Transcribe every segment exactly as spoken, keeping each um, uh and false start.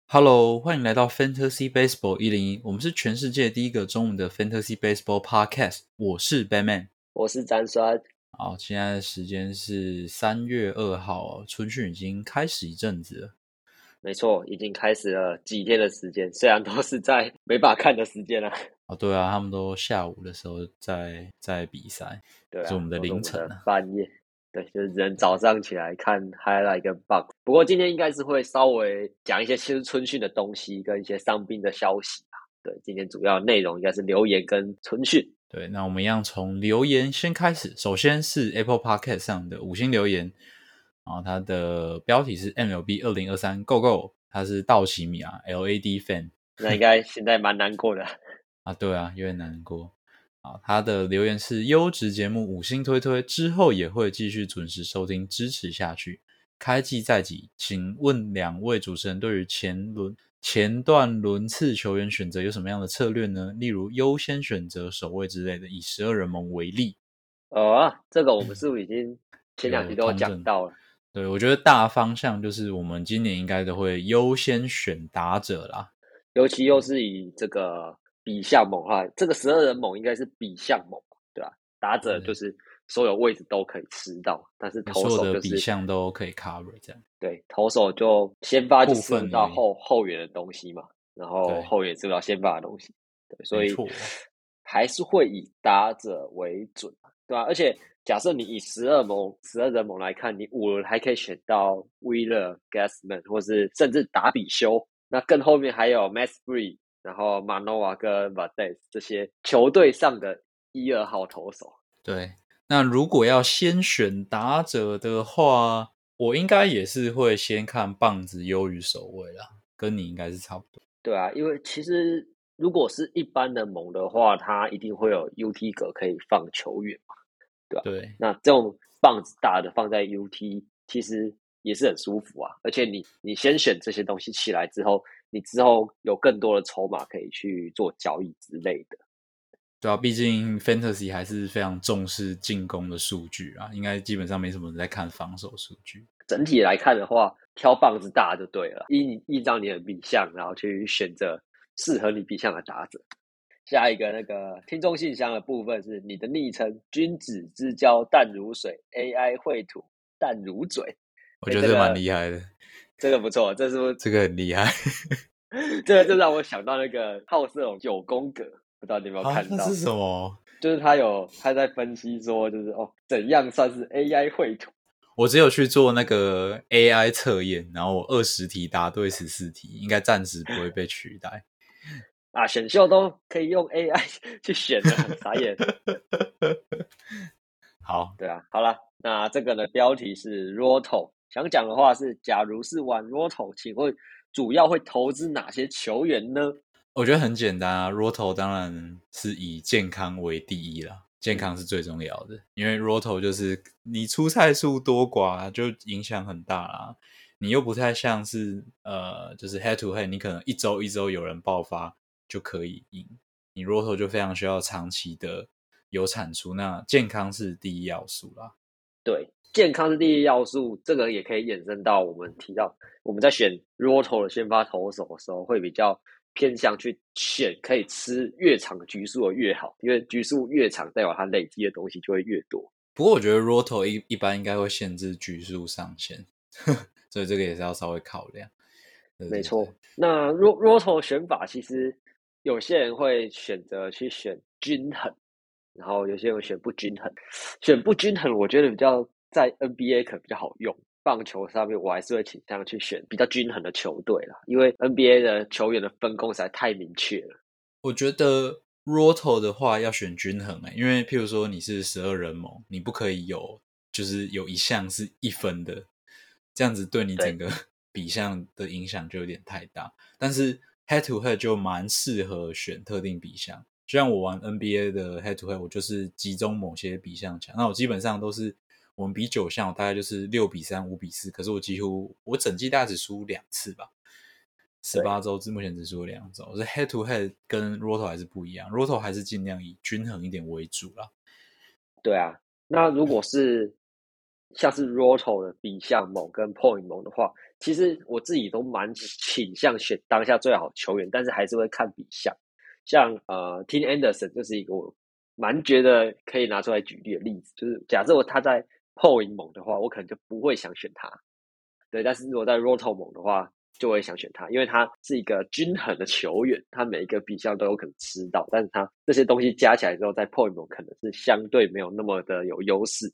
Hello，欢迎来到 Fantasy Baseball 一零一，我们是全世界第一个中文的 Fantasy Baseball Podcast。我是 Batman， 我是詹酸。 好，现在的时间是三月二号，春训已经开始一阵子了。 没错，已经开始了几天的时间，虽然都是在没办法看的时间了。 哦，对啊，他们都下午的时候在在比赛， 对啊， 是我们的都是我们的凌晨啊。 半夜。对，就是人早上起来看 highlight 跟 box。不过今天应该是会稍微讲一些新春训的东西，跟一些伤兵的消息啊。对，今天主要内容应该是留言跟春训。 对，那我们一样从留言先开始。首先是 Apple Podcast 上的五星留言，然后它的标题是 M L B 二零二三 Go Go， 他是道奇迷啊 L A D fan。 那应该现在蛮难过的。 啊，对啊，有点难过。好，他的留言是优质节目五星推推，之后也会继续准时收听，支持下去。开季在即，请问两位主持人对于前轮前段轮次球员选择有什么样的策略呢？例如优先选择守卫之类的，以十二人盟为例。 呃，这个我们是不是已经前两有集都有通证。 讲到了？ 对，我觉得大方向就是我们今年应该都会优先选打者啦。 尤其又是以这个比项盟哈，这个十二人盟应该是比项盟，对吧？打者就是所有位置都可以吃到，但是投所有的比手就是项都可以 cover 这样。 对投手就先发就部吃不到分而已。 后后援的东西嘛，然后对， 后援吃不到先发的东西，对，所以没错。 还是会以打者为准，对吧？而且假设你以十二盟十二人盟来看，你五轮还可以选到 Wheeler、Gassman， 或是甚至达比修。那更后面还有 Max Free， 然后 Manoa 跟 Valdez 这些球队上的一二号投手。 对，那如果要先选打者的话，我应该也是会先看棒子优于守卫啦，跟你应该是差不多。 对啊，因为其实如果是一般的盟的话，它一定会有 U T 格可以放球员嘛，对吧？ 对， 那这种棒子大的放在 U T， 其实也是很舒服啊。而且你你先选这些东西起来之后，你之后有更多的筹码可以去做交易之类的。 对啊，毕竟 Fantasy 还是非常重视进攻的数据啊，应该基本上没什么人在看防守数据。 整体来看的话，挑棒子大就对了，依依照你的比项，然后去选择适合你比项的打者。下一个那个听众信箱的部分是你的昵称君子之交淡如水 A I 绘图淡如嘴。 我觉得这蛮厉害的。 这个不错，这是不是这个很厉害。 这个就让我想到那个好色龙九宫格，不知道你有没有啊， 看到？ 那是什么？ 就是他有他在分析说，就是哦，怎样算是 A I 绘图？ 我只有去做那个 A I 测验，然后我二十题答对十四题，应该暂时不会被取代。 啊，选秀都可以用 A I 去选的，很傻眼。 好， 对啊，好了，那这个的标题是 Roto， 想讲的话是，假如是玩 Roto， 请问主要会投资哪些球员呢？ 我觉得很简单啊 ，Roto 当然是以健康为第一啦，健康是最重要的，嗯、因为 Roto 就是你出赛数多寡就影响很大啦。你又不太像是呃，就是 head to head， 你可能一周一周有人爆发就可以赢，你 Roto 就非常需要长期的有产出，那健康是第一要素啦。 对，健康是第一要素，这个也可以衍生到我们提到我们在选 Roto 的先发投手的时候，会比较偏向去选可以吃越长的局数的越好，因为局数越长，代表它累积的东西就会越多。 不过我觉得 Roto 一一般应该会限制局数上限，所以这个也是要稍微考量。对对对， 没错，那 Roto 选法其实有些人会选择去选均衡，然后有些人选不均衡。选不均衡，我觉得比较在 N B A 可能比较好用。棒球上面，我还是会倾向去选比较均衡的球队啦，因为 N B A 的球员的分工实在太明确了。 我觉得 Roto 的话要选均衡诶、欸，因为譬如说你是十二人盟，你不可以有就是有一项是一分的，这样子对你整个比项的影响就有点太大。但是 Head to Head 就蛮适合选特定比项，就像我玩 N B A 的 Head to Head， 我就是集中某些比项强，那我基本上都是我们比九项，我大概就是六比三、五比四，可是我几乎我整季大概只输两次吧。十八周至目前只输了两周，所以 head to head 跟 Roto 还是不一样 ，Roto 还是尽量以均衡一点为主啦。 对啊，那如果是像是 Roto 的比项盟跟 Point 盟的话， 其实我自己都蛮倾向选当下最好的球员，但是还是会看比项。像呃，Tim Anderson 就是一个我蛮觉得可以拿出来举例的例子，就是假设我他在 P O 盟的话，我可能就不会想选他。对，但是如果在 Roto 盟的话，就会想选他，因为他是一个均衡的球员，他每一个比项都有可能吃到，但是他这些东西加起来之后，在 P O 盟可能是相对没有那么的有优势。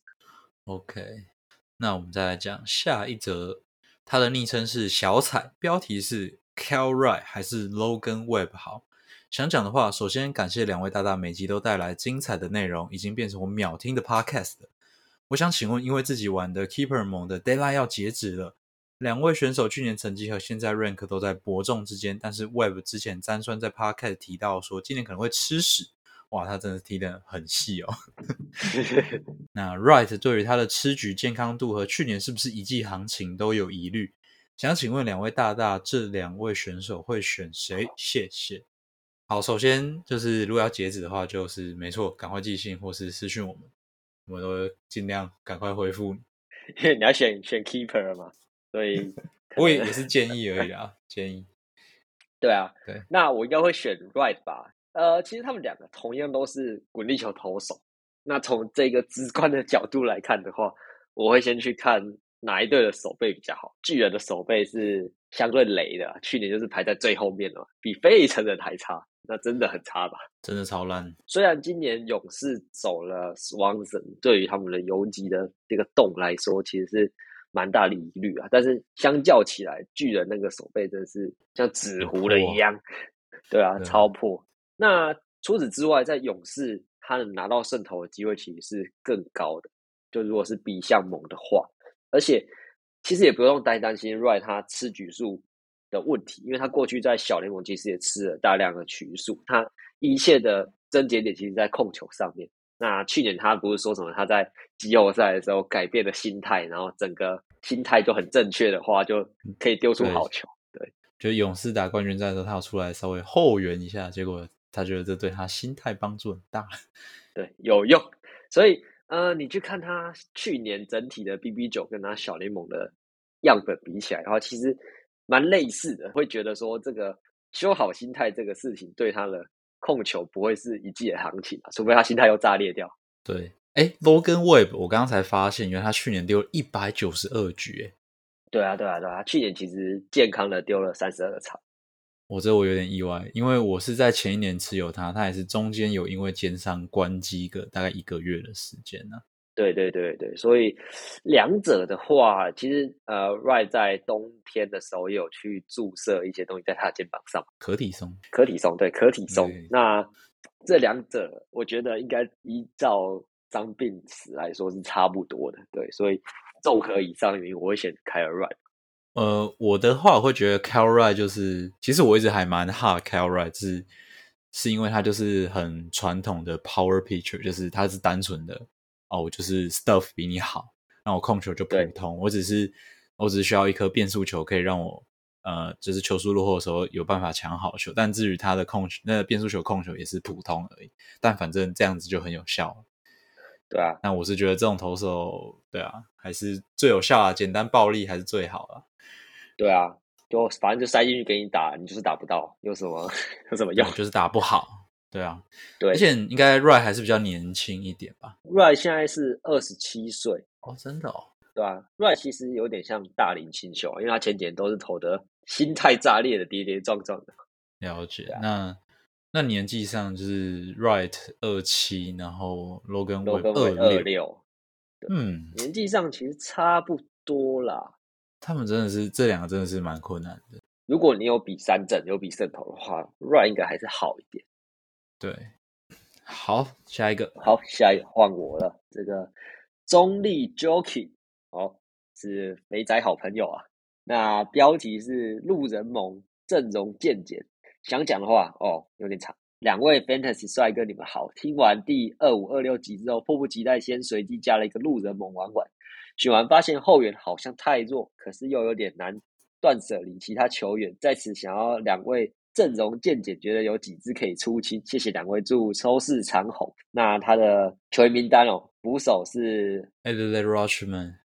OK，那我们再来讲下一则，他的昵称是小彩，标题是 Cal Wright 还是 Logan Webb 好？想讲的话，首先感谢两位大大每集都带来精彩的内容，已经变成我秒听的 podcast 了。我想请问，因为自己玩的 Keeper 盟的 Deadline 要截止了，两位选手去年成绩和现在 rank 都在伯仲之间，但是 Webb 之前詹酸在 podcast 提到说今年可能会吃屎，哇，他真的提得很细哦。那 Wright 对于他的吃局健康度和去年是不是一季行情都有疑虑，想请问两位大大，这两位选手会选谁？谢谢。好，首先就是如果要截止的话，就是没错，赶快寄信或是私讯我们，我们都会尽量赶快回复你。 因为你要选选 keeper 嘛，所以我也也是建议而已啦，建议。 对啊， 对， 那我应该会选 Wright 吧？呃，其实他们两个同样都是滚地球投手。那从这个直观的角度来看的话，我会先去看哪一队的守备比较好。巨人的守备是相对雷的，去年就是排在最后面了，比费城人还差，那真的很差吧？ 真的超烂。 虽然今年勇士走了 Swanson， 对于他们的游击的这个洞来说，其实是蛮大的疑虑啊。但是相较起来，巨人那个守备真的是像纸糊的一样，对啊， 对超破。那除此之外，在勇士他能拿到胜投的机会其实是更高的。就如果是比项盟的话，而且其实也不用太担心 Wright 他吃局数的问题，因为他过去在小联盟其实也吃了大量的局数，他一切的症结点其实在控球上面。那去年他不是说什么他在季后赛的时候改变了心态，然后整个心态就很正确的话，就可以丢出好球。对， 就勇士打冠军战的时候，他有出来稍微后援一下，结果他觉得这对他心态帮助很大。 对，有用。所以呃，你去看他去年整体的 B B 九跟他小联盟的样本比起来的话，其实蛮类似的。会觉得说这个修好心态这个事情对他的控球不会是一季的行情啊，除非他心态又炸裂掉。 对，哎 ，Logan Webb， 我刚刚才发现，原来他去年丢了一百九十二局，哎， 对啊，对啊，对啊，他去年其实健康的丢了三十二场。 我这我有点意外，因为我是在前一年持有他，他也是中间有因为肩伤关机个大概一个月的时间呢、啊。 对对对对，所以两者的话，其实呃，Wright 在冬天的时候也有去注射一些东西在他的肩膀上， 可体松， 可体松，对，可体松。 对那这两者，我觉得应该依照伤病史来说是差不多的，对，所以综合以上原因，我会选 Kyle Wright。 呃，我的话我会觉得 Cal Wright 就是，其实我一直还蛮 hard Cal Wright，是是因为他就是很传统的 power pitcher，就是他是单纯的哦，我就是 stuff 比你好，那我控球就普通，我只是我只是需要一颗变速球可以让我呃，就是球速落后的时候有办法抢好球，但至于他的控球，那个变速球控球也是普通而已，但反正这样子就很有效了。 对啊， 那我是觉得这种投手，对啊，还是最有效啊，简单暴力还是最好啊。 对啊，就反正就塞进去给你打，你就是打不到，有什么有什么用？ 就是打不好，对啊， 对， 而且应该 Wright 还是比较年轻一点吧。 Wright 现在是二十七岁哦，真的哦， 对吧、啊、？Wright 其实有点像大龄新秀，因为他前几年都是投的心态炸裂的跌跌撞撞的。 了解。 啊、 那那年纪上就是 Wright 二七，然后 Logan Webb 二六， 嗯， 年纪上其实差不多啦。 他们真的是这两个真的是蛮困难的。 如果你有比三振有比胜投的话 ，Wright 应该还是好一点。 对，好，下一个， 好，下一个换我了。这个中立 Jockey， 哦，是肥仔好朋友啊。那标题是路人盟阵容渐减，想讲的话哦有点长。两位 Fantasy 帅哥，你们好！听完第二五二六集之后，迫不及待先随机加了一个路人盟玩玩。选完发现后援好像太弱，可是又有点难断舍离其他球员，在此想要两位阵容见解，觉得有几支可以出清，谢谢两位，祝收视长红。那他的球员名单哦，捕手是 Adley Rutschman，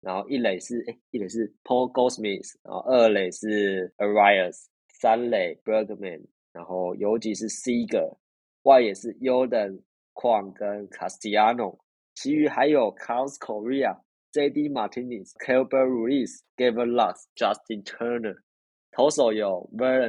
然后一垒是哎，一垒是 Paul Goldschmidt， 然后二垒是 Arias， 三垒 Bergman， 然后游击是 Seager， 外野是 Jordan、Kwan 跟 Castellano， 其余还有 Carlos Correa、J D Martinez、Keibert Ruiz、Gavin Lux、Justin Turner。投手有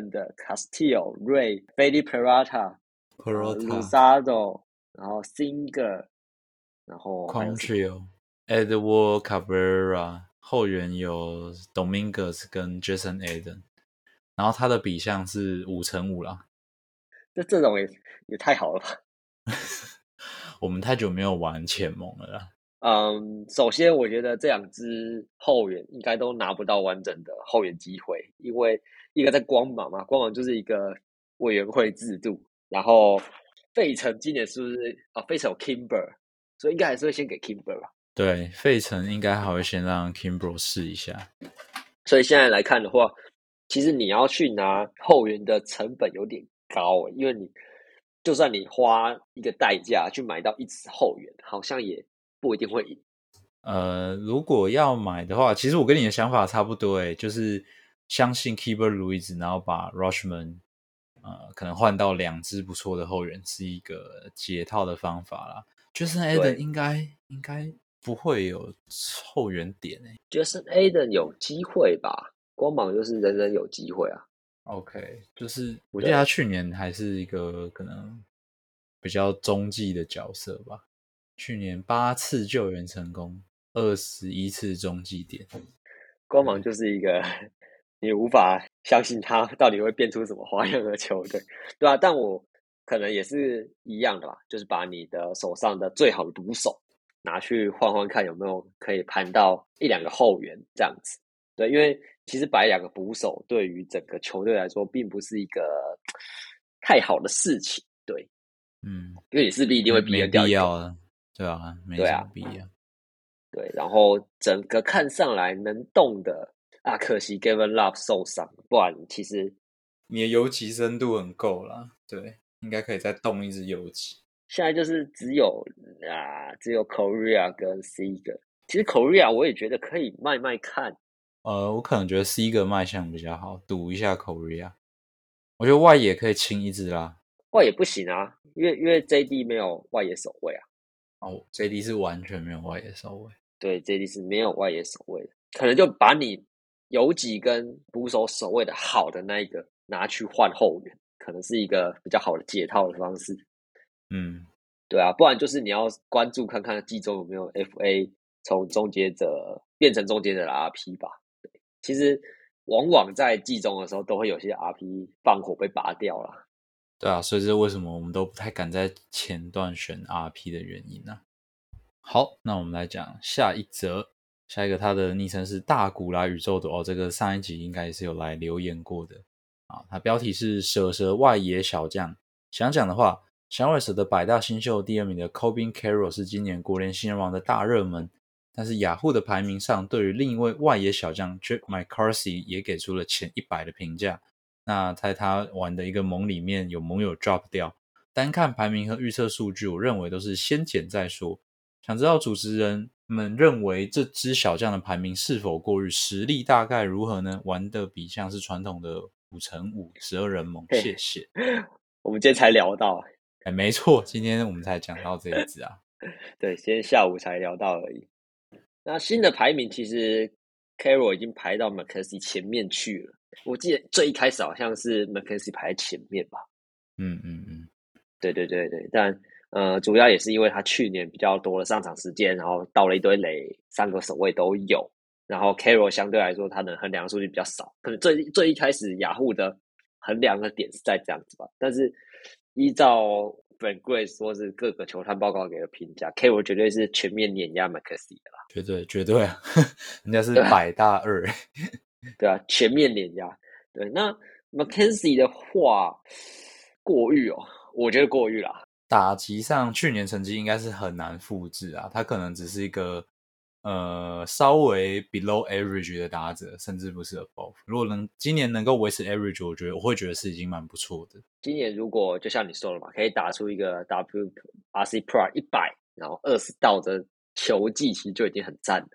Verlander、Castillo、Ray、Fede Peralta、然后 Peralta、 Luzardo， 然后 Singer， 然后还有什么 Quantrill、Edward Cabrera， 后援有 Dominguez 跟 Jason Eden， 然后他的比项是五乘五啦。 这这种也也太好了吧？ 我们太久没有玩前盟了啦。 嗯，首先我觉得这两支后援应该都拿不到完整的后援机会，因为一个在光芒嘛，光芒就是一个委员会制度，然后费城今年是不是啊？费城有 Kimber， 所以应该还是会先给 Kimber 吧。 对，费城应该还会先让 Kimbrel 试一下。 所以现在来看的话，其实你要去拿后援的成本有点高，因为你就算你花一个代价去买到一支后援，好像也不一定会赢。 呃，如果要买的话，其实我跟你的想法差不多诶，就是相信 Keibert Ruiz， 然后把 Rutschman 呃可能换到两支不错的后援是一个解套的方法啦。Jason Eden 应该应该不会有后援点诶。 Jason Eden 有机会吧？光芒就是人人有机会啊。 OK，就是我记得他对， 去年还是一个可能比较中继的角色吧。去年八次救援成功，二十一次中继点。 光芒就是一个你无法相信他到底会变出什么花样的球队，对啊，但我可能也是一样的吧，就是把你的手上的最好的捕手拿去换换看有没有可以盘到一两个后援这样子。对，因为其实摆两个捕手对于整个球队来说并不是一个太好的事情，对， 嗯， 因为你势必一定会逼没没得掉一个， 必要了，对啊，没对啊， 什么必要。 对，然后整个看上来能动的啊，可惜 Gavin Love 受伤，不然其实你的游击深度很够啦，对，应该可以再动一只游击。 现在就是只有啊，只有 Korea 跟 Seager。其实 Korea 我也觉得可以卖卖看， 呃，我可能觉得 C 个卖相比较好，赌一下 Korea。我觉得外野可以清一只啦。 外野不行啊，因为因为 J D 没有外野守卫啊， 哦，J D 是完全没有外野守卫。 对，J D 是没有外野守卫的，可能就把你游击跟捕手守卫的好的那一个拿去换后援，可能是一个比较好的解套的方式。 嗯， 对啊，不然就是你要关注看看季中有没有 F A 从终结者变成终结者的 R P 吧。对，其实往往在季中的时候都会有些 R P 放火被拔掉了。 对啊，所以这是为什么我们都不太敢在前段选 R P 的原因啊。好，那我们来讲下一则，下一个他的昵称是大古拉宇宙的哦，这个上一集应该是有来留言过的啊。他标题是蛇蛇外野小将，想讲的话，响尾蛇的百大新秀第二名的 Corbin Carroll 是今年国联新人王的大热门，但是雅虎的排名上对于另一位外野小将 Jake McCarthy 也给出了前一百的评价。那在他玩的一个盟里面有盟友 drop 掉，单看排名和预测数据，我认为都是先减再说。想知道主持人们认为这支小将的排名是否过誉，实力大概如何呢？玩的比像是传统的五乘五十二人盟，谢谢。 我们今天才聊到， 哎，没错，今天我们才讲到这一支啊。 对，今天下午才聊到而已。那新的排名其实 Carroll 已经排到 McKenzie 前面去了。我记得最一开始好像是 McKenzie 排在前面吧。 嗯嗯嗯， 对对对对，但呃，主要也是因为他去年比较多的上场时间，然后到了一堆垒，三个守卫都有。然后 Carroll 相对来说，他能衡量的数据比较少，可能最最一开始雅虎的衡量的点是在这样子吧。但是依照 Frank Grace 说是各个球探报告给的评价，Carroll 绝对是全面碾压 McKenzie 的啦。 绝对绝对啊，人家是对啊， 百大二。 对啊，全面碾压。对，那 McKenzie 的话，过誉哦，我觉得过誉啦。 打击上去年成绩应该是很难复制啊，他可能只是一个呃稍微 below average 的打者，甚至不是 above。如果能今年能够维持 average， 我觉得我会觉得是已经蛮不错的。 今年如果就像你说的嘛，可以打出一个 W R C Pro 一百，然后二十道的球技，其实就已经很赞了。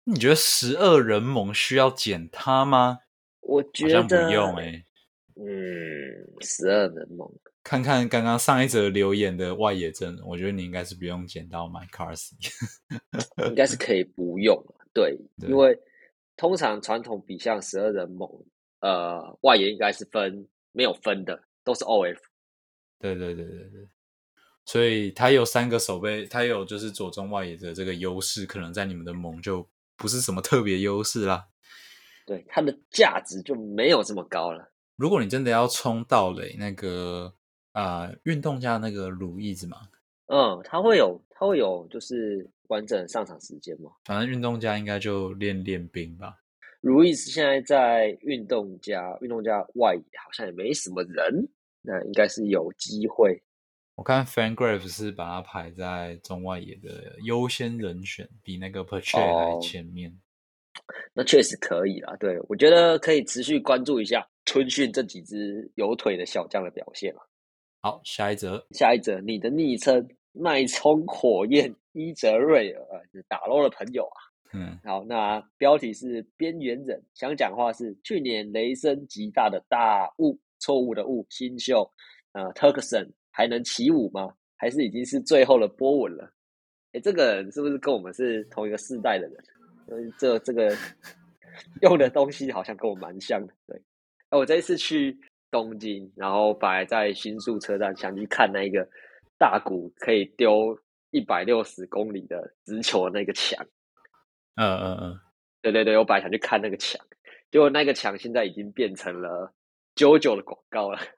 你觉得十二人盟需要减他吗？ 我好像不觉得， 用诶、欸。 嗯，十二人盟， 看看刚刚上一则留言的外野阵容，我觉得你应该是不用捡到 Mike Carsey。 应该是可以不用，对，因对为通常传统比像十二人盟，呃，外野应该是分没有分的，都是 O F。 对对对对对，所以他有三个守备，他有就是左中外野的这个优势，可能在你们的盟就不是什么特别优势啦。 对，它的价值就没有这么高了。 如果你真的要冲盗垒，那个啊运动家那个鲁伊子嘛， 嗯，它会有，它会有，就是完整的上场时间嘛。 反正运动家应该就练练兵吧。 如意是现在在运动家，运动家外野好像也没什么人，那应该是有机会。 我看 Fangraph 是把它排在中外野的优先人选，比那个 Pache 还哦， 前面。 那确实可以啦。对，我觉得可以持续关注一下春训这几只有腿的小将的表现嘛。 好，下一则， 下一则，你的昵称脉冲火焰伊泽瑞尔，呃，是打 l 的朋友啊。 嗯， 好，那标题是边缘人，想讲话是去年雷声极大的大雾，错误的误，新秀，呃 t u r k s o n 还能起舞吗？还是已经是最后的波纹了？哎，这个人是不是跟我们是同一个世代的人？这这个用的东西好像跟我蛮像的。对，那我这一次去东京，然后本来在新宿车站想去看那个大谷可以丢一百六十公里的直球的那个墙。 嗯嗯嗯， 对对对，我本来想去看那个墙，结果那个墙现在已经变成了九九的广告了。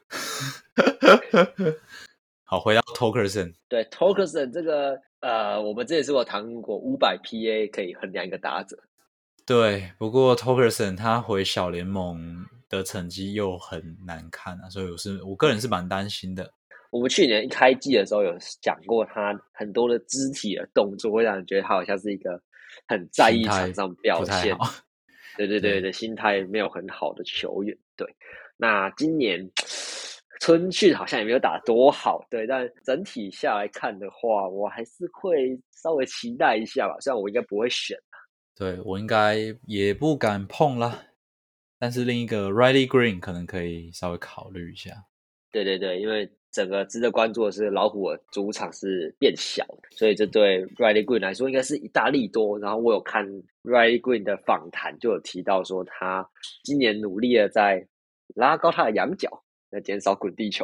好，回到 Tokerson， 对 t o k e s o n 这个呃，我们之前是有谈论过五百 P A 可以衡量一个打者。 对，不过 Tokerson 他回小联盟的成绩又很难看啊，所以我是我个人是蛮担心的。 我们去年一开季的时候有讲过，他很多的肢体的动作会让人觉得他好像是一个很在意场心态上表现， 不太好。 对对对对， 对，心态没有很好的球员。对，那今年春训好像也没有打多好，对，但整体下来看的话，我还是会稍微期待一下吧。虽然我应该不会选， 对我应该也不敢碰啦，但是另一个 Riley Green 可能可以稍微考虑一下。 对对对，因为整个值得关注的是老虎的主场是变小的，所以这对 Riley Green 来说应该是一大利多。然后我有看 Riley Green 的访谈，就有提到说他今年努力的在拉高他的仰角，来减少滚地球。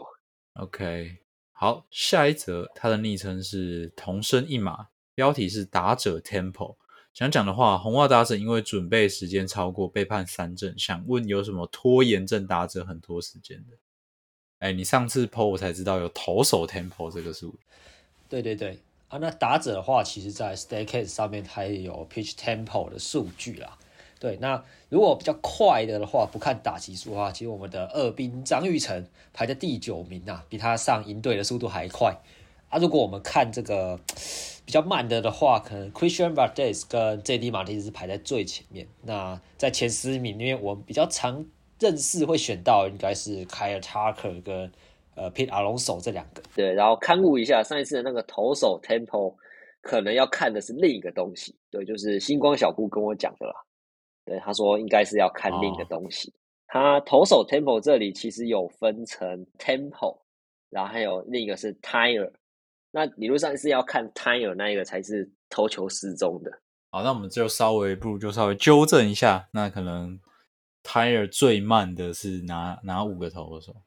OK，好，下一则他的昵称是同生一马，标题是打者 Tempo。想讲的话，红袜打者因为准备时间超过被判三振，想问有什么拖延症打者很拖时间的？哎，你上次 P O 我才知道有投手 Tempo 这个数。 对对对啊，那打者的话，其实在 Statcast 上面它也有 Pitch Tempo 的数据啦。对，那如果比较快的的话，不看打击数的话，其实我们的二兵张育成排在第九名啊，比他上营队的速度还快啊。如果我们看这个比较慢的的话，可能 Christian Valdez 跟 J D 马丁是排在最前面。那在前十名里面，我们比较常认识会选到应该是 Kyle Tucker 跟呃 Pete Alonso 这两个。 对，然后勘误一下上一次的那个投手 Tempo，可能要看的是另一个东西。对，就是星光小姑跟我讲的啦。对，他说应该是要看另一个东西。他投手 tempo 这里其实有分成 tempo，然后还有另一个是 tire。那理论上是要看 tire 那一个才是投球失踪的。 好，那我们就稍微不如就稍微纠正一下，那可能 Tire 最慢的是哪哪五个投手？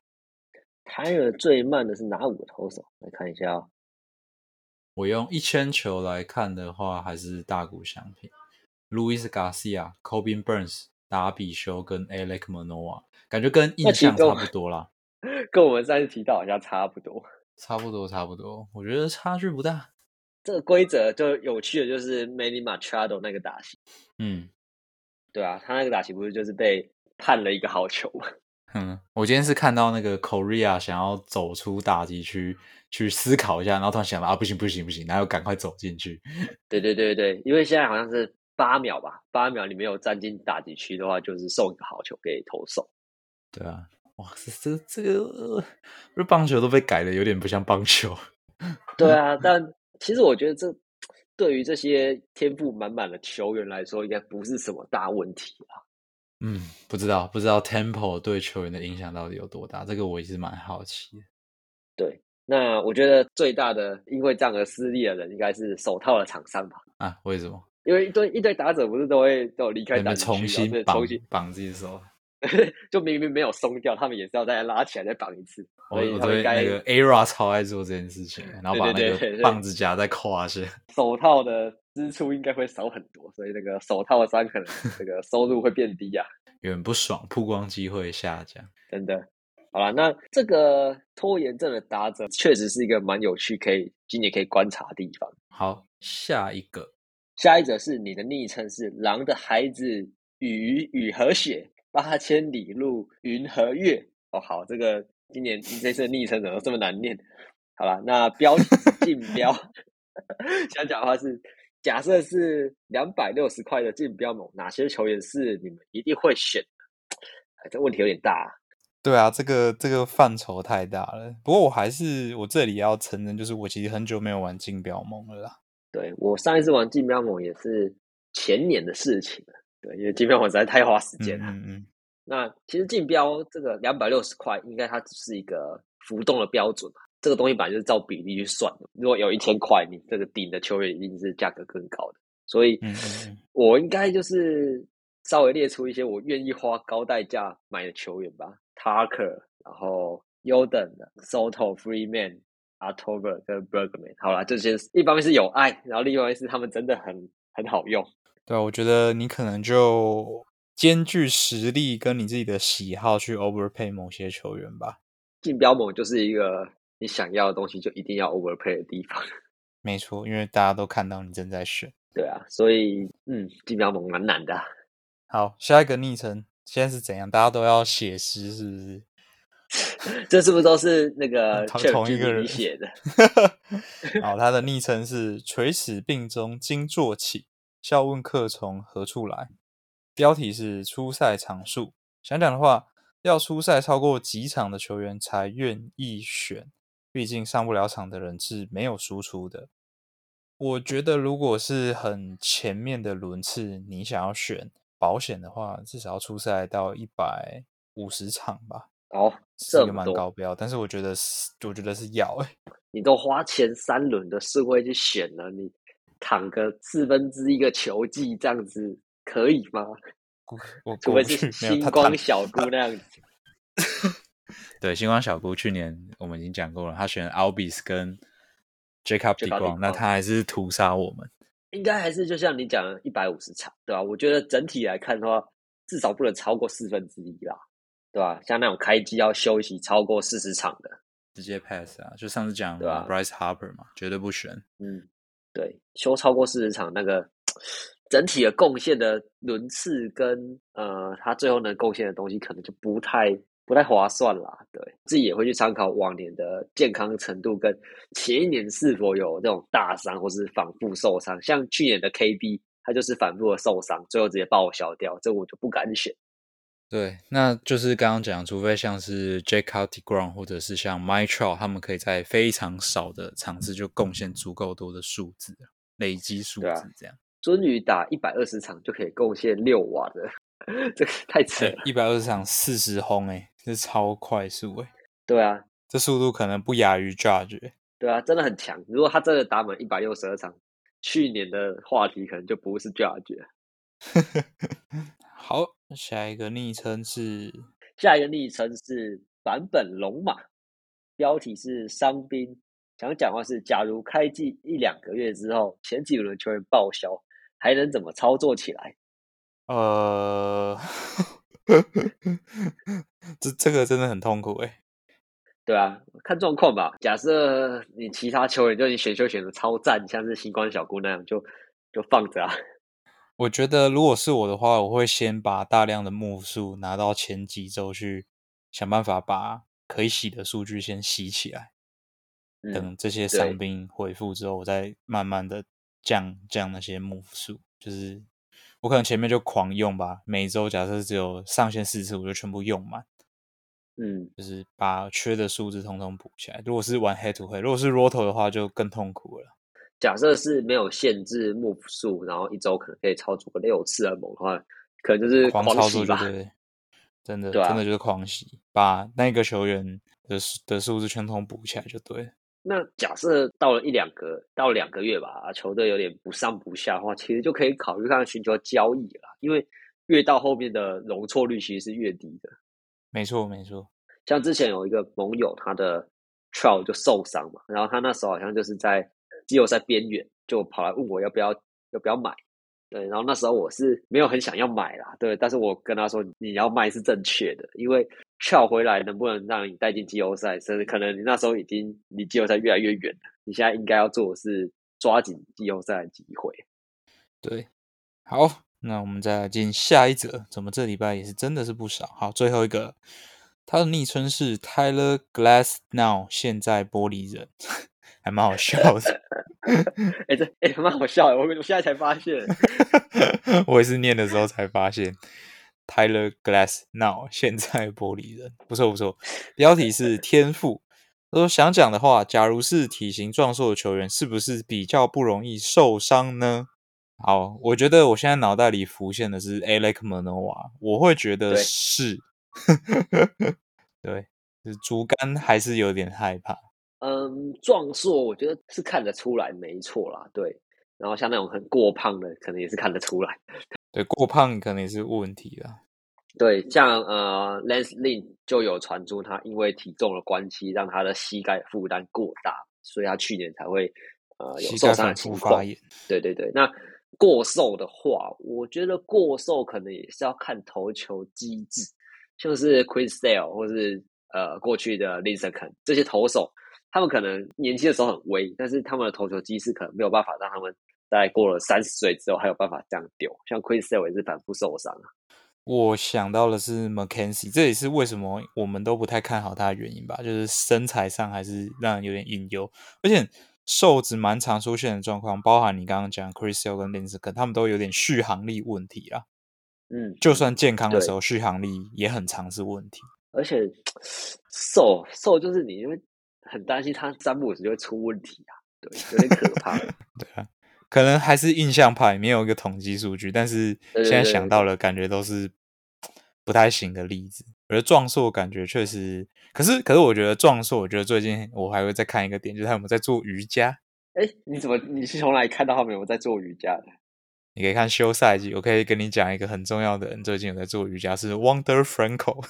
tire 最慢的是哪五个投手？来看一下哦。 我用一千球来看的话，还是大谷翔平、Luis Garcia、Corbin Burns、达比修跟 Alek Manoah， 感觉跟印象差不多啦。 跟我们上次提到好像差不多。 差不多，差不多，我觉得差距不大。 这个规则就有趣的就是 Manny Machado 那个打席， 嗯， 对啊，他那个打席不是就是被判了一个好球吗？ 嗯，我今天是看到那个 Korea 想要走出打击区去思考一下，然后突然想到啊，不行不行不行，然后赶快走进去。 对对对对，因为现在好像是八秒吧，八秒你没有站进打击区的话，就是送一个好球给投手。 对啊，哇，这这这个这棒球都被改的有点不像棒球。 对啊，但其实我觉得这对于这些天赋满满的球员来说，应该不是什么大问题啦。 嗯，不知道不知道 tempo 对球员的影响到底有多大，这个我也是蛮好奇的。 对，那我觉得最大的因为这样而失利的人，应该是手套的厂商吧？ 啊？为什么？ 因为一堆一堆打者不是都会都有离开那边打击区，然后重新绑再重新绑自己手？ 就明明没有松掉，他们也是要再拉起来再绑一次，所以我我他们应该对那个 A R A 超爱做这件事情，然后把那对对对对对个棒子夹在胯下。 手套的支出应该会少很多，所以那个手套商可能这个收入会变低啊， 有点不爽，曝光机会下降。 真的。好啦，那这个拖延症的打者确实是一个蛮有趣，可以今年可以观察的地方。 好，下一个， 下一则是你的昵称是狼的孩子雨雨和雪八千里路云和月哦，好，这个今年这次的昵称怎么这么难念？好啦，那标题是竞标，想讲的话是，假设是两百六十块的竞标盟，哪些球员是你们一定会选的？哎，这问题有点大啊。 对啊，这个这个范畴太大了。不过我还是我这里要承认，就是我其实很久没有玩竞标盟了啦。 对，我上一次玩竞标盟也是前年的事情了。对，因为竞标盟实在太花时间了。 嗯嗯嗯。 那其实竞标这个两百六十块，应该它只是一个浮动的标准嘛。这个东西本来就是照比例去算的。如果有一千块，你这个顶的球员一定是价格更高的。所以， 嗯嗯嗯我应该就是稍微列出一些我愿意花高代价买的球员吧。Tucker，然后 Yoden、Soto、Freeman、October 跟 Bergman。好啦，这些一方面是有爱，然后另外一方面是他们真的很很好用。 对啊，我觉得你可能就兼具实力跟你自己的喜好去 overpay 某些球员吧。 竞标盟就是一个你想要的东西就一定要 overpay 的地方。 没错，因为大家都看到你正在选。 对啊，所以嗯，竞标盟蛮难的啊。 好，下一个昵称现在是怎样？大家都要写诗是不是？ 这是不是都是那个同 Chat 同一个人 G P T 写的？ 好，他的昵称是垂死病中惊坐起，笑问客从何处来。标题是出赛场数。想讲的话，要出赛超过几场的球员才愿意选，毕竟上不了场的人是没有输出的。我觉得如果是很前面的轮次，你想要选保险的话，至少要出赛到一百五十场吧。 哦， 是一个这么多， 蛮高标，但是我觉得是，我觉得是要欸。 你都花前三轮的顺位去选了，你躺个四分之一个球季这样子可以吗？ 我我除非是星光小姑那样子。 对，星光小姑去年我们已经讲过了，他选 Albis 跟 Jacob deGrom， 那他还是屠杀我们。 应该还是就像你讲的一百五十场，对吧？我觉得整体来看的话，至少不能超过四分之一啦，对吧？像那种开机要休息超过四十场的， 直接 pass 啊！就上次讲对吧 Bryce Harper 嘛，绝对不选。 嗯，对，休超过四十场，那个整体的贡献的轮次跟呃他最后能贡献的东西，可能就不太不太划算啦。对，自己也会去参考往年的健康程度跟前一年是否有这种大伤或是反复受伤。像去年的 K B， 他就是反复的受伤，最后直接报销掉，这我就不敢选。 对，那就是刚刚讲，除非像是 Jacob deGrom 或者是像 Mike Trout，他们可以在非常少的场次就贡献足够多的数字，累积数对啊字这样。 尊宇打一百二十场就可以贡献六瓦的，这个太扯了。 一百二十场四十轰诶，这超快速诶。 对啊， 这速度可能不亚于 Judge 欸。 对啊，真的很强。如果他真的打满一百六十二场，去年的话题可能就不是 Judge 了。 好，下一个昵称是下一个昵称是版本龙马，标题是伤兵。想讲话是，假如开季一两个月之后，前几轮球员报销，还能怎么操作起来？ 呃，这这个真的很痛苦诶。 对啊，看状况吧。假设你其他球员就你选秀选的超赞，像是星光小姑那样，就就放着啊。 我觉得如果是我的话，我会先把大量的目数拿到前几周去想办法把可以洗的数据先洗起来， 嗯， 等这些伤兵恢复之后，我再慢慢的降降那些目数。就是我可能前面就狂用吧，每周假设只有上线四次，我就全部用满。 嗯， 就是把缺的数字统统补起来。如果是玩 head to head，如果是 roto 的话，就更痛苦了。 假设是没有限制 move 数，然后一周可能可以操作个六次的猛的话，可能就是狂操洗吧。 作就对，真的、 对啊， 真的就是狂洗，把那个球员的的数字全统补起来就对了。 那假设到了一两个到两个月吧，球队有点不上不下的话，其实就可以考虑看寻求交易了，因为越到后面的容错率其实是越低的。 没错，没错。 像之前有一个盟友，他的 Trout 就受伤嘛，然后他那时候好像就是在季后赛边缘，就跑来问我要不要要不要买。对，然后那时候我是没有很想要买啦，对，但是我跟他说你要卖是正确的，因为 Trout 回来能不能让你带进季后赛，甚至可能你那时候已经离季后赛越来越远了，你现在应该要做的是抓紧季后赛的机会。 对，好，那我们再来进下一则，怎么这礼拜也是真的是不少。好，最后一个，他的昵称是 Tyler Glasnow， 现在玻璃人，还蛮好笑的。 哎、欸，这哎蛮、欸、好笑的，我我现在才发现， 我也是念的时候才发现 Tyler Glasnow 现在玻璃人，不错不错。标题是天赋。他说想讲的话，假如是体型壮硕的球员，是不是比较不容易受伤呢？好，我觉得我现在脑袋里浮现的是 Alek Manoah， 我会觉得是，对，就是竹竿还是有点害怕。 嗯，壮硕我觉得是看得出来，没错啦，对。然后像那种很过胖的，可能也是看得出来。 对，过胖可能也是问题啦。 对，像呃 Lance Lynn 就有传出他因为体重的关系，让他的膝盖负担过大，所以他去年才会呃有受伤的情况。对对对，那过瘦的话，我觉得过瘦可能也是要看投球机制，像是 Chris Sale 或是呃过去的 Lincecum 这些投手，他们可能年轻的时候很威，但是他们的投球机制可能没有办法让他们在过了三十岁之后还有办法这样丢。像 Chris Sale 也是反复受伤啊。 我想到的是 McKenzie， 这也是为什么我们都不太看好他的原因吧，就是身材上还是让人有点隐忧，而且瘦子蛮常出现的状况，包含你刚刚讲 Chris Sale 跟 Lincecum， 他们都有点续航力问题啦。 嗯， 就算健康的时候，续航力也很常是问题。 而且瘦瘦就是你因为很担心他三不五时就会出问题啊，对，有点可怕。 对啊。可能还是印象派，没有一个统计数据，但是现在想到了，感觉都是不太行的例子。而壮硕感觉确实，可是可是我觉得壮硕，我觉得最近我还会再看一个点，就是他有没有在做瑜伽。 哎，你怎么你是从哪里看到他们有在做瑜伽的？ 你可以看休赛季，我可以跟你讲一个很重要的人最近有在做瑜伽，是 Wander Franco。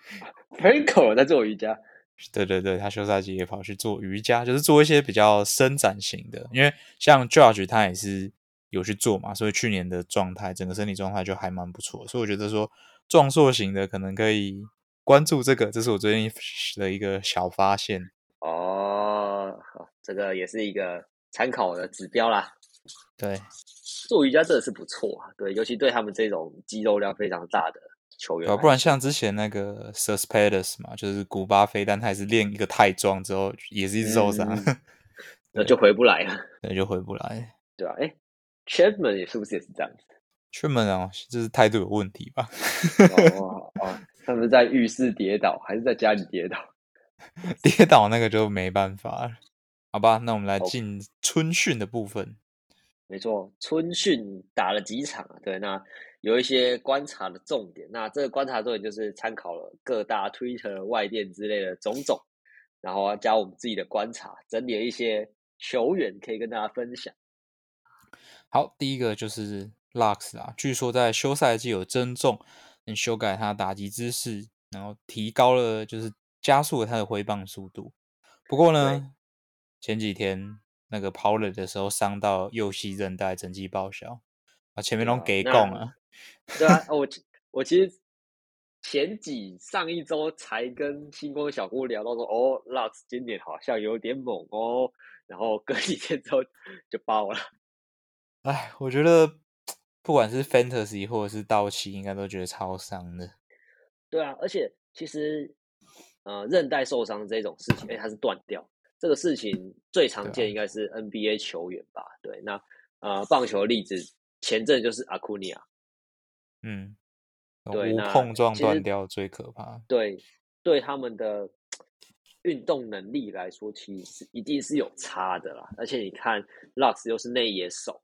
Franco 有在做瑜伽。 对对对，他休赛季也跑去做瑜伽，就是做一些比较伸展型的。因为像 George 他也是有去做嘛，所以去年的状态，整个身体状态就还蛮不错。所以我觉得说壮硕型的可能可以关注这个，这是我最近的一个小发现。 哦，这个也是一个参考的指标啦。 对， 做瑜伽真的是不错啊，对，尤其对他们这种肌肉量非常大的球员， 不然像之前那个 Cespedes 嘛，就是古巴飞，但他也是练一个太壮之后，也是一直受伤， 嗯、那就回不来了， 对，就回不来， 对吧、啊？哎 ，Chapman 也是不是也是这样子 ？Chapman 哦，就是态度有问题吧？ 哦哦，他们在浴室跌倒，还是在家里跌倒？ 跌倒那个就没办法了，好吧？那我们来进春训的部分。 没错，春训打了几场，对，那有一些观察的重点。那这个观察重点就是参考了各大 Twitter 外电之类的种种，然后加我们自己的观察，整理了一些球员可以跟大家分享。 好，第一个就是 Lux 啊，据说在休赛季有增重，能修改他打击姿势，然后提高了就是加速了他的挥棒速度。不过呢，前几天那个跑垒的时候伤到右膝韧带，成绩报销啊，前面都给供啊。 对啊，我我其实前几上一周才跟星光小姑聊到说，哦 ，Lux 今年好像有点猛哦，然后隔几天之后就爆了。 哎，我觉得不管是 Fantasy 或者是道奇，应该都觉得超伤的。 对啊，而且其实呃韧带受伤这种事情，哎，它是断掉。这个事情最常见应该是 N B A 球员吧？对，那呃棒球的例子，前阵就是阿库尼亚。 嗯， 对， 无那碰撞断掉最可怕。 对，对他们的运动能力来说，其实是一定是有差的啦。而且你看 Lux 又是内野手，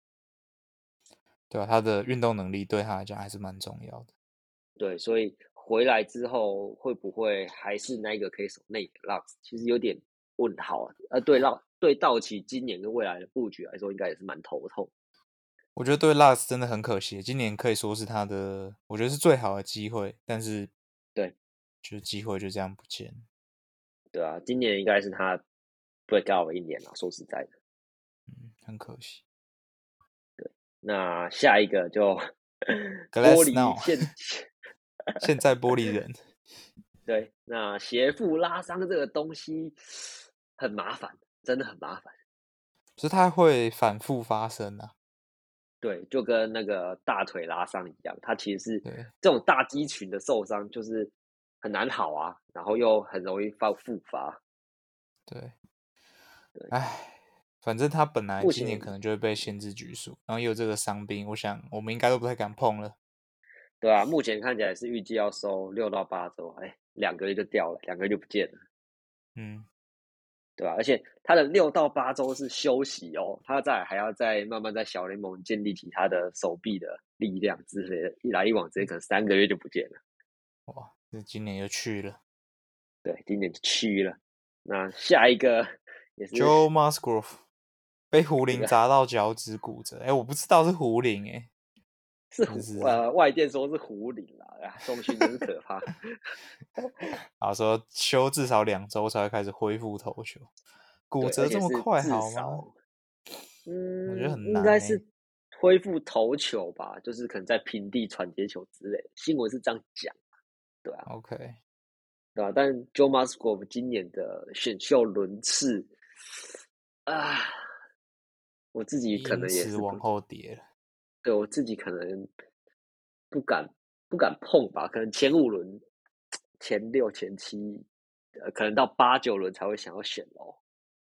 对啊，他的运动能力对他来讲还是蛮重要的。 对，所以回来之后会不会还是那个可以守内野 Lux，其实有点问号啊。呃，对道对道奇今年跟未来的布局来说，应该也是蛮头痛。 我觉得对 Lux 真的很可惜，今年可以说是他的，我觉得是最好的机会，但是对， 就是机会就这样不见了。 对啊，今年应该是他 break out 的一年了，说实在的， 嗯，很可惜。 对，那下一个就玻 Glass 璃 now 现现在玻璃人， 对，那斜腹拉伤这个东西很麻烦，真的很麻烦。 就是它会反复发生啊。 对，就跟那个大腿拉伤一样，它其实是对这种大肌群的受伤，就是很难好啊，然后又很容易发复发。 对， 对， 唉，反正他本来目前今年可能就会被限制局数，然后又有这个伤兵，我想我们应该都不太敢碰了。 对啊，目前看起来是预计要收六到八周，哎，两个月就掉了，两个月就不见了。 嗯， 对吧、而且他的六到八周是休息哦，他再还要再慢慢在小联盟建立起他的手臂的力量之类的，一来一往，直接可能三个月就不见了。 哇，这今年又去了。 对，今年就去了。那下一个也是 Joe Musgrove 被胡这个林砸到脚趾骨折，哎，我不知道是胡林，哎， 是真是呃外电说是胡林啦，啊，中训真是可怕。 啊，说休至少两周才会开始恢复投球，骨对，而折这么且是至快好吗？ 少，嗯， 我觉得很难哎、 应该是恢复投球吧，就是可能在平地传接球之类的。新闻是这样讲，对啊， OK， 对吧、但 Joe Musgrove 今年的选秀轮次啊，我自己可能也因此往是不， 后跌了。 对我自己可能不敢不敢碰吧，可能前五轮、前六、前七，呃，可能到八九轮才会想要选哦。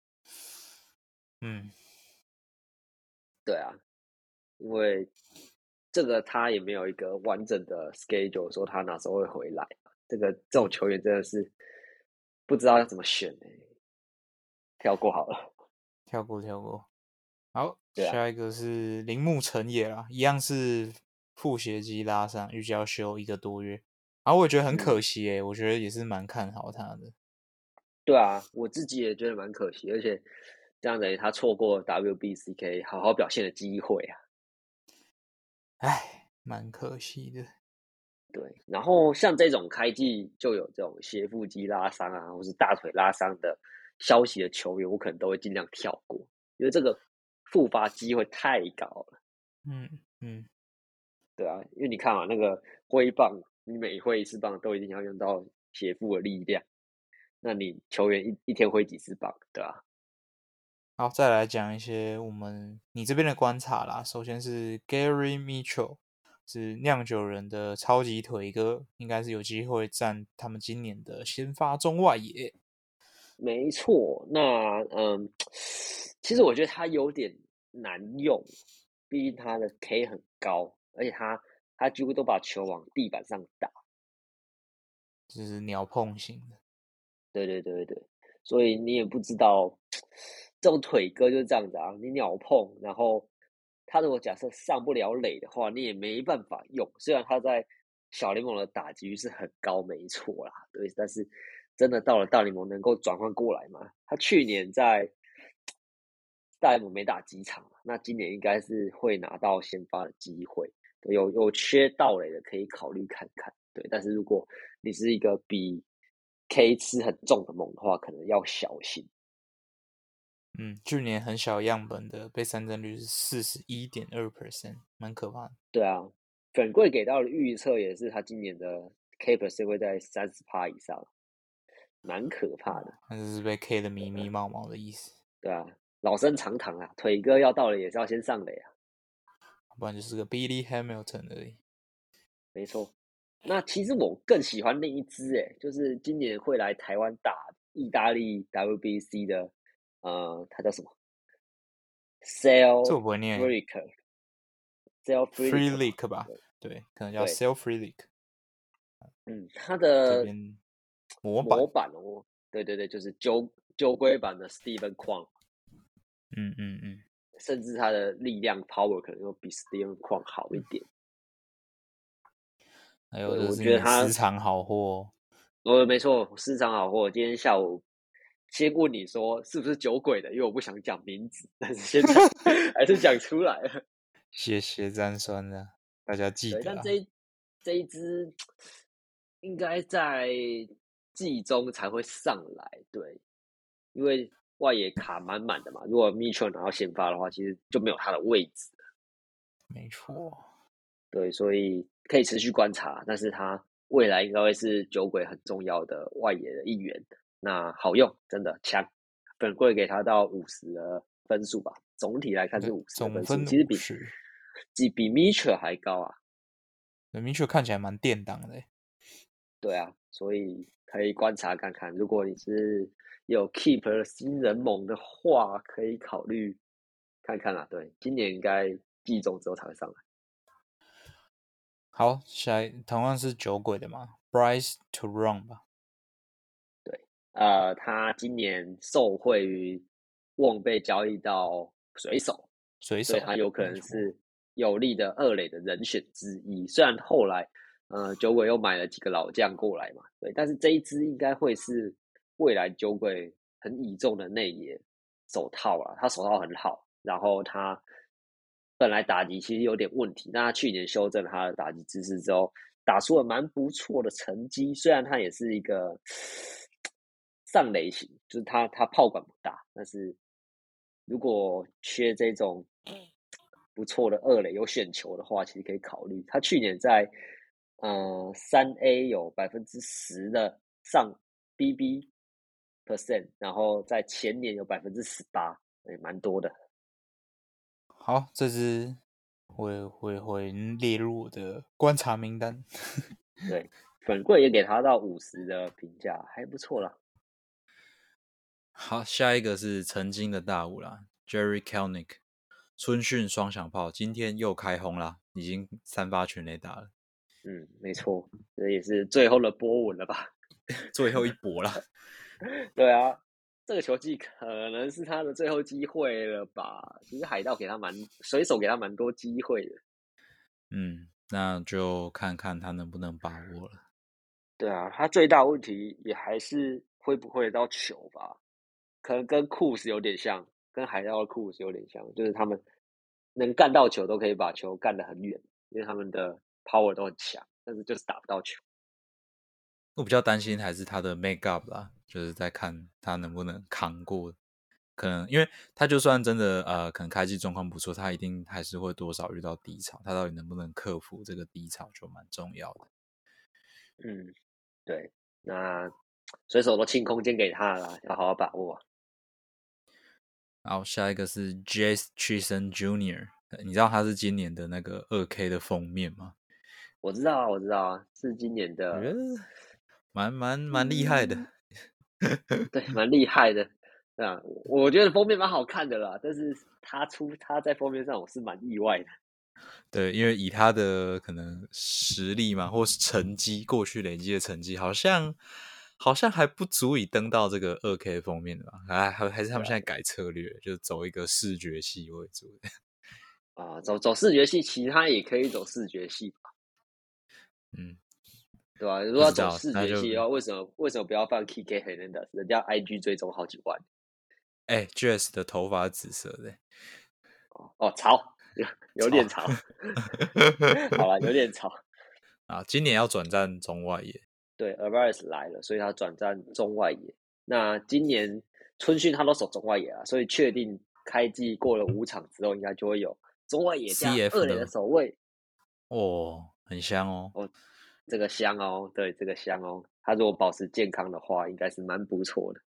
嗯， 对啊，因为这个他也没有一个完整的 schedule 说他哪时候会回来。这个这种球员真的是不知道要怎么选呢、跳过好了。 跳过跳过。好， 对啊， 下一个是铃木成也啦，一样是腹斜肌拉伤，预计要休一个多月。然后我也觉得很可嗯， 惜诶、我觉得也是蛮看好他的。 对啊，我自己也觉得蛮可惜，而且这样等于他错过 W B C 可以好好表现的机会啊。 唉，蛮可惜的。 对，然后像这种开季就有这种斜腹肌拉伤啊，或是大腿拉伤的消息的球员，我可能都会尽量跳过，因为这个复发机会太高了。 嗯嗯， 对啊，因为你看啊，那个挥棒，你每挥一次棒都一定要用到斜腹的力量，那你球员一一天挥几次棒，对吧、 好，再来讲一些我们你这边的观察啦。首先是 Gary Mitchell，是酿酒人的超级腿哥，应该是有机会占他们今年的先发中外野。 没错，那嗯，其实我觉得他有点难用，毕竟他的 K 很高，而且他他几乎都把球往地板上打。 就是鸟碰型的。 对对对对，所以你也不知道，这种腿哥就是这样子啊，你鸟碰，然后他如果假设上不了垒的话，你也没办法用。虽然他在小联盟的打击率是很高，没错啦，对，但是真的到了大联盟能够转换过来吗？他去年在大联盟没打几场，那今年应该是会拿到先发的机会，有有缺盗垒的可以考虑看看，对，但是如果你是一个比 K 吃很重的猛的话，可能要小心。 嗯，去年很小样本的被三振率是四十一点二 percent，蛮可怕的。 对啊，粉贵给到的预测也是他今年的 K percent 会在三十趴以上，蛮可怕的。 那就是被 K 的迷迷毛毛的意思， 对啊，老生常谈啊，腿哥要到了也是要先上垒啊， 不然就是个 Billy Hamilton 而已。 没错。那其实我更喜欢另一支，诶，就是今年会来台湾打意大利 W B C 的，呃，他叫什么 s e l 这 f 我不会念 r e a k s e l f r e a Free k 吧？ League 吧？对，可能叫对， Self Free League。 嗯，他这的边模板模板哦， 对对对，就是酒酒鬼版的 Steven Kwong， 嗯嗯嗯， 甚至他的力量 power 可能又比 Steven Kwong 好一点。 还有对，我就是你觉得他私藏好货， 呃，没错，市场好货。今天下午先问你说是不是酒鬼的，因为我不想讲名字，但是现在还是讲出来了。 谢谢詹酸的，大家记对， 得啊。 但这一这一支应该在季中才会上来，对，因为外野卡满满的嘛。如果 Mitchell 拿到先发的话，其实就没有他的位置。 没错， 对，所以可以持续观察，但是他未来应该会是酒鬼很重要的外野的一员。那好用，真的强，本柜给他到五十的分数吧。总体来看是对， 五十的分数， 总分其实比五十， 比比 Mitchell 还高啊。 对，明确看起来蛮垫档的欸。 对啊，所以可以观察看看，如果你是有 keep 的新人盟的话，可以考虑看看啦。对，今年应该季中之后才会上来。 好，下一同样是酒鬼的嘛，Bryce to Run 吧。 呃，他今年受惠于瓮被交易到水手， 水手， 所以他有可没错能是有利的二垒的人选之一。虽然后来呃酒鬼又买了几个老将过来嘛，对，但是这一支应该会是未来酒鬼很倚重的内野手套啊，他手套很好，然后他本来打击其实有点问题，那他去年修正他的打击姿势之后，打出了蛮不错的成绩。虽然他也是一个上垒型，就是他他炮管不大，但是如果缺这种不错的二垒有选球的话，其实可以考虑。他去年在呃三 A 有百分之十的上 B B percent，然后在前年有百分之十八，也蛮多的。 好，这支会会会列入我的观察名单。 对，粉贵也给他到五十的评价，还不错啦。 好，下一个是曾经的大物啦，Jerry Kelnick，春训双响炮，今天又开轰啦，已经三发全垒打了， 嗯，没错，这也是最后的波纹了吧？ 最后一搏啦。 对啊，这个球季可能是他的最后机会了吧？其实海盗给他蛮，水手给他蛮多机会的。 嗯，那就看看他能不能把握了。 对啊，他最大问题也还是挥不挥得到球吧？可能跟库斯有点像，跟海盗的库斯有点像，就是他们能干到球都可以把球干得很远，因为他们的 power 都很强，但是就是打不到球。 我比较担心还是他的 make up 啦，就是在看他能不能扛过。可能因为他就算真的呃，可能开季状况不错，他一定还是会多少遇到低潮。他到底能不能克服这个低潮，就蛮重要的。 嗯，对，那水手都清空间给他了啦，要好好把握啊。 好，下一个是 Jace Chisholm Junior，你知道他是今年的那个二 K 的封面吗？ 我知道啊，我知道啊，是今年我觉得的， 蛮蛮蛮厉害的。 对，蛮厉害的。对啊，我我觉得封面蛮好看的啦，但是他出他在封面上，我是蛮意外的。 对，因为以他的可能实力嘛，或是成绩，过去累积的成绩，好像好像还不足以登到这个二 K 封面的吧？还还还是他们现在改策略，就走一个视觉系为主的。 啊，走走视觉系，其他也可以走视觉系吧， 嗯， 对吧、如果不知道， 要走视那就觉系的话，为什么为什么不要放 K K Hernandez？人家 I G 追踪好几万。 哎 Jazz 的头发紫色的， 哦哦，潮，有有点潮。好了，有点潮。 啊，今年要转战中外野。 对 a v a r e s 来了，所以他转战中外野。那今年春训他都守中外野啊，所以确定开季过了五场之后，应该就会有中外野加 C F 二垒的的守卫。 哦，很香哦。 哦，这个香哦，对，这个香哦。他如果保持健康的话，应该是蛮不错的。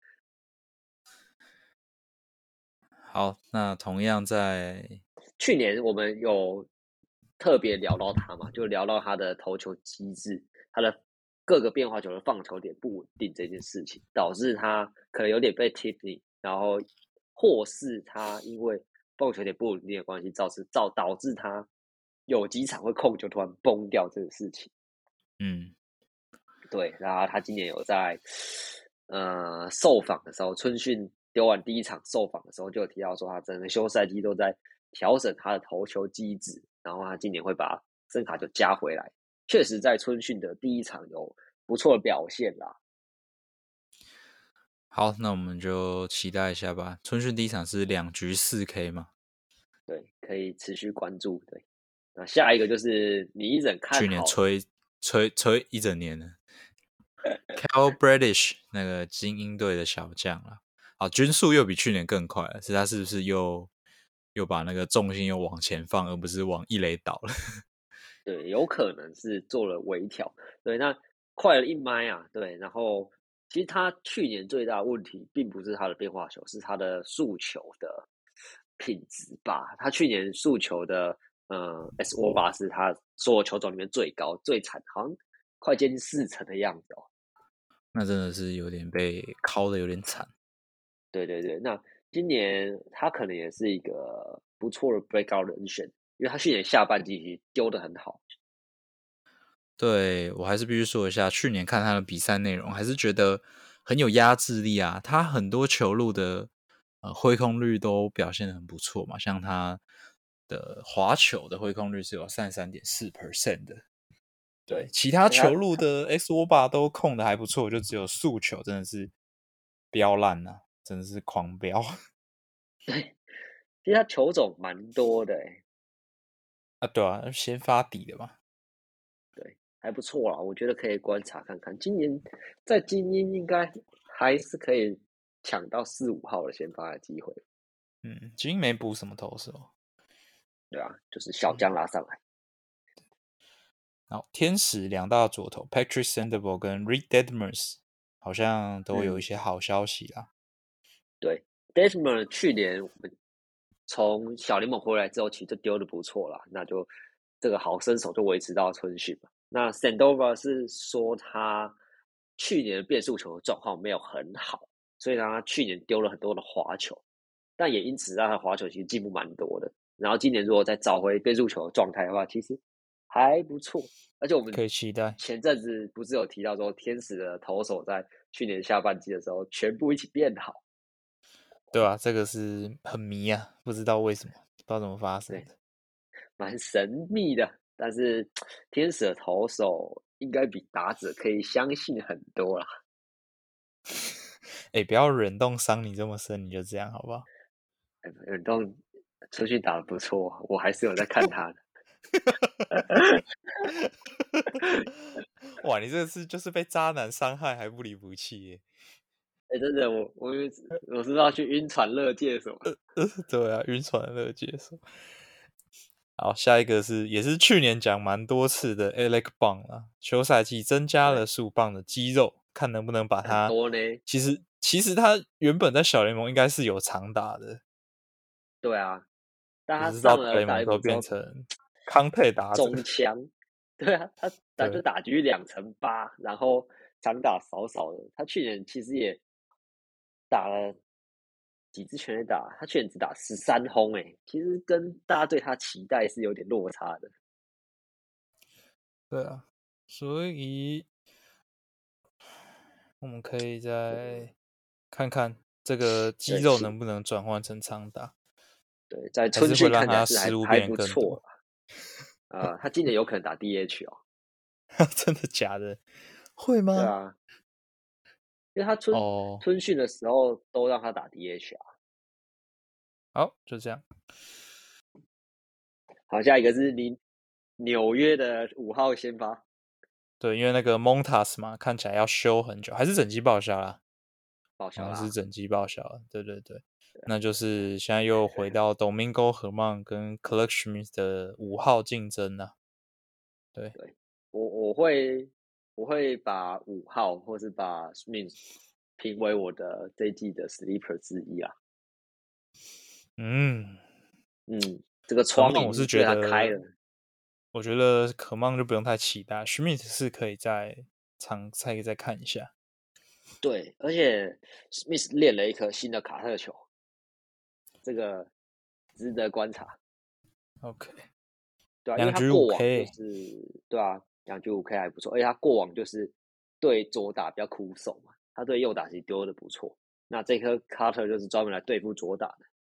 好，那同样在去年我们有特别聊到他嘛，就聊到他的投球机制，他的各个变化球的放球点不稳定这件事情，导致他可能有点被 tipping，然后或是他因为放球点不稳定的关系，造致造导致他有几场会控球突然崩掉这个事情。 嗯， 对，然后他今年有在呃受访的时候，春训丢完第一场受访的时候，就有提到说他整个休赛季都在调整他的投球机制，然后他今年会把声卡就加回来。确实在春训的第一场有不错的表现啦。 好，那我们就期待一下吧。春训第一场是两局四 K 嘛？ 对，可以持续关注。对，那下一个就是你一整看好去年吹吹吹一整年了。Cal Bradish 那个精英队的小将啦，啊，均速又比去年更快了，是他是不是又又把那个重心又往前放，而不是往一垒倒了？ 对，有可能是做了微调。对，那快了一迈啊。对，然后其实他去年最大的问题并不是他的变化球，是他的速球的品质吧。他去年速球的呃 S O 八是他所有球种里面最高、最惨，好像快接近四成的样子哦。 那真的是有点被敲的有点惨。 对对对，那今年他可能也是一个不错的 breakout 人选，因为他去年下半季丢的很好。 对，我还是必须说一下，去年看他的比赛内容，还是觉得很有压制力啊。他很多球路的呃挥空率都表现得很不错嘛，像他的滑球的挥空率是有 百分之三十三点四 的。对，其他球路的 X O 把都控的还不错，就只有速球真的是飙烂啊，真的是狂飙。 对，其实他球种蛮多的诶。 啊，对啊，先发底的嘛。 对，还不错啦，我觉得可以观察看看。今年在精英应该还是可以抢到四五号的先发的机会。 嗯，精英没补什么投手。 对啊，就是小将拉上来。 然后天使两大左投 Patrick Sandoval 跟 Reed Detmers 好像都有一些好消息啦。 嗯、对 Detmers 去年我们从小联盟回来之后，其实就丢的不错啦，那就这个好身手就维持到春训嘛。那 Sandoval 是说他去年的变速球的状况没有很好，所以让他去年丢了很多的滑球，但也因此让他滑球其实进步蛮多的。然后今年如果再找回变速球的状态的话，其实还不错。而且我们可以期待。 前阵子不是有提到说，天使的投手在去年下半季的时候全部一起变好。 对啊，这个是很迷啊，不知道为什么，不知道怎么发生的， 蛮神秘的。但是天使的投手应该比打者可以相信很多啦。 哎、欸，不要忍冻伤你这么深，你就这样好不好？ 忍冻出去打得不错，我还是有在看他的。 哇，你这次就是被渣男伤害还不离不弃耶！ 哎、欸，真的，我我我是要去晕船乐界什么？ 对啊，晕船乐界手。好，下一个是也是去年讲蛮多次的 Alec Bohm 啦，休赛季增加了十五磅的肌肉，看能不能把他。 多呢？ 其实其实他原本在小联盟应该是有长打的。 对啊，但他只是到上了大大联盟之后联盟之后变成康配打者。 中枪。对啊，他打就打局两成八，然后长打少少的。他去年其实也打了几支全垒打，他去年只打十三轰，哎，其实跟大家对他期待是有点落差的。 对啊，所以我们可以再看看这个肌肉能不能转换成长打。 对，在春训看起来是还还不错啦。 呃，他今年有可能打 D H 哦。 真的假的？会吗？ 对啊，因为他春、 哦、 春训的时候都让他打 D H 啊。 好，就这样。 好，下一个是你纽约的五号先发。 对，因为那个 Montas 嘛，看起来要休很久，还是整季报销啦？ 报销啦， 是整季报销了。对对对，那就是现在又回到 Domingo Germán 跟 Clarke Schmidt 的五号竞争了。对， 对我我会我会把五号或是把 Schmidt 评为我的这一季的 sleeper 之一啊。 嗯嗯，这个窗我是觉得开了。 我觉得可曼就不用太期待 ，Schmidt 是可以再常再再看一下。 对，而且 Smith 练了一颗新的卡特球，这个值得观察。 OK， 对啊，因为他过往就是对啊，两局五 K 还不错，而且他过往就是对左打比较苦手嘛， 他对右打其实丢的不错。那这颗 Carter 就是专门来对付左打的。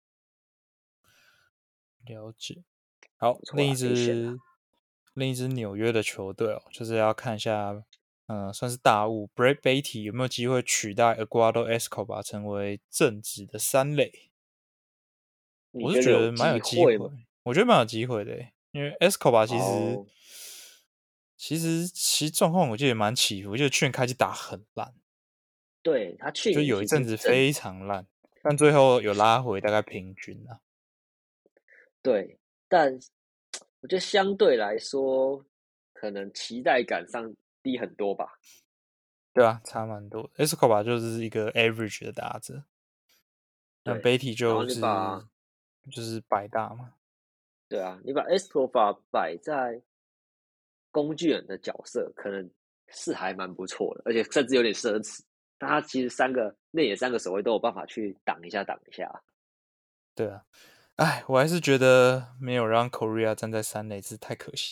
了解。好， 不错另一啦可以选啊支另一支纽约的球队哦，就是要看一下，嗯、算是大物 Brett Beatty 有没有机会取代 Eduardo Escobar 成为正职的三垒？我是你觉得有觉得蛮有机机会， 会吗？ 我觉得蛮有机会的欸，因为 Escobar 其实、 哦， 其实其实状况我记得蛮起伏，我记得去年开季打很烂， 对他去就年其实有一阵子正非常烂，但最后有拉回大概平均啊。 对，但我觉得相对来说，可能期待感上低很多吧。 对啊，差蛮多的。Escobar 就是一个 average 的打者，那对， Beatty 然后就你把是就是百大嘛。 对啊，你把 Escobar 摆在工具人的角色，可能是还蛮不错的，而且甚至有点奢侈。但他其实三个内野三个守卫都有办法去挡一下挡一下。 对啊，哎，我还是觉得没有让 Korea 站在三垒是太可惜。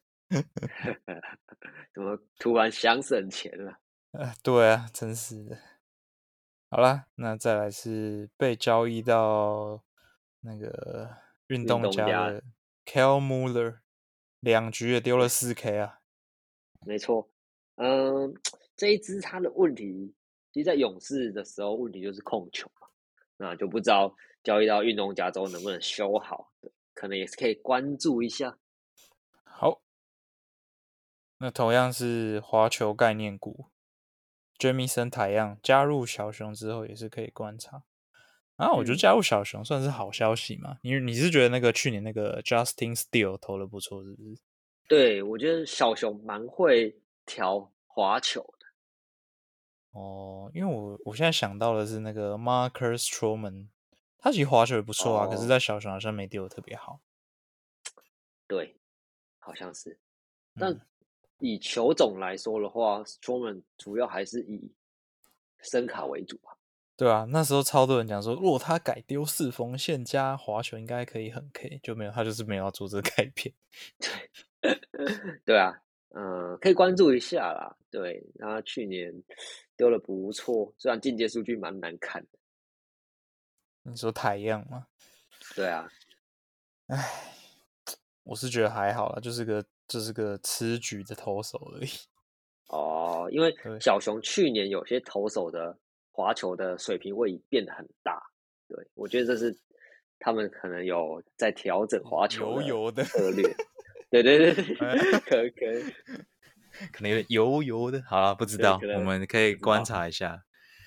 怎么突然想省钱了？ 呃，对啊，真是的。好啦，那再来是被交易到那个运运动动家家的 Kyle Muller，两局也丢了四 K 啊。 没错，嗯，这一支他的问题，其实在勇士的时候问题就是控球嘛，那就不知道交易到运动家之后能不能修好，对，可能也是可以关注一下。 好，那同样是滑球概念股 Jamison 台样加入小熊之后也是可以观察。啊，我觉得嗯， 加入小熊算是好消息嘛。你你是觉得那个去年那个 Justin Steele 投的不错，是不是？ 对，我觉得小熊蛮会调滑球的。 哦，因为我我现在想到的是那个 Marcus Stroman，他其实滑球也不错啊，可是哦， 在小熊好像没丢的特别好。 对，好像是。但嗯， 以球种来说的话，Stroman 主要还是以声卡为主吧。 对啊，那时候超多人讲说，如果他改丢四缝线加滑球，应该可以很 K，就没有，他就是没有要做这个改变。 对啊，嗯、可以关注一下啦。对，他去年丢了不错，虽然进阶数据蛮难看的。 你说台样吗？ 对啊， 唉，我是觉得还好啦，就是个就是个吃局的投手而已。 哦，因为对， 小熊去年有些投手的滑球的水平会变得很大。对，我觉得这是他们可能有在调整滑球的油油的， 策略。对对对对，可可以， 可能有点油油的。好了，不知对， 道， 可能我们可以观不知道。 察一下。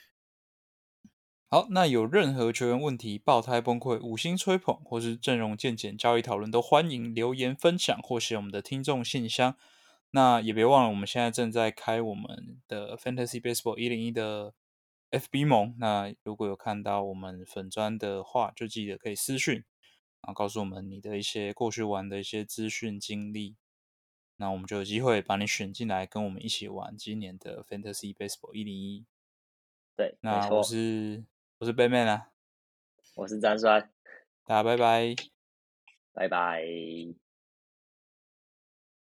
好，那有任何球员问题、爆胎崩溃、五星吹捧，或是阵容见解、交易讨论，都欢迎留言分享或是我们的听众信箱。那也别忘了，我们现在正在开我们的 Fantasy Baseball 一零一的 F B 盟。那如果有看到我们粉砖的话，就记得可以私讯，然后告诉我们你的一些过去玩的一些资讯经历。那我们就有机会把你选进来，跟我们一起玩今年的 Fantasy Baseball 一零一。 对，没那我错， 是我是 Batman 啊， 我是詹帅， 大家拜拜。 拜拜。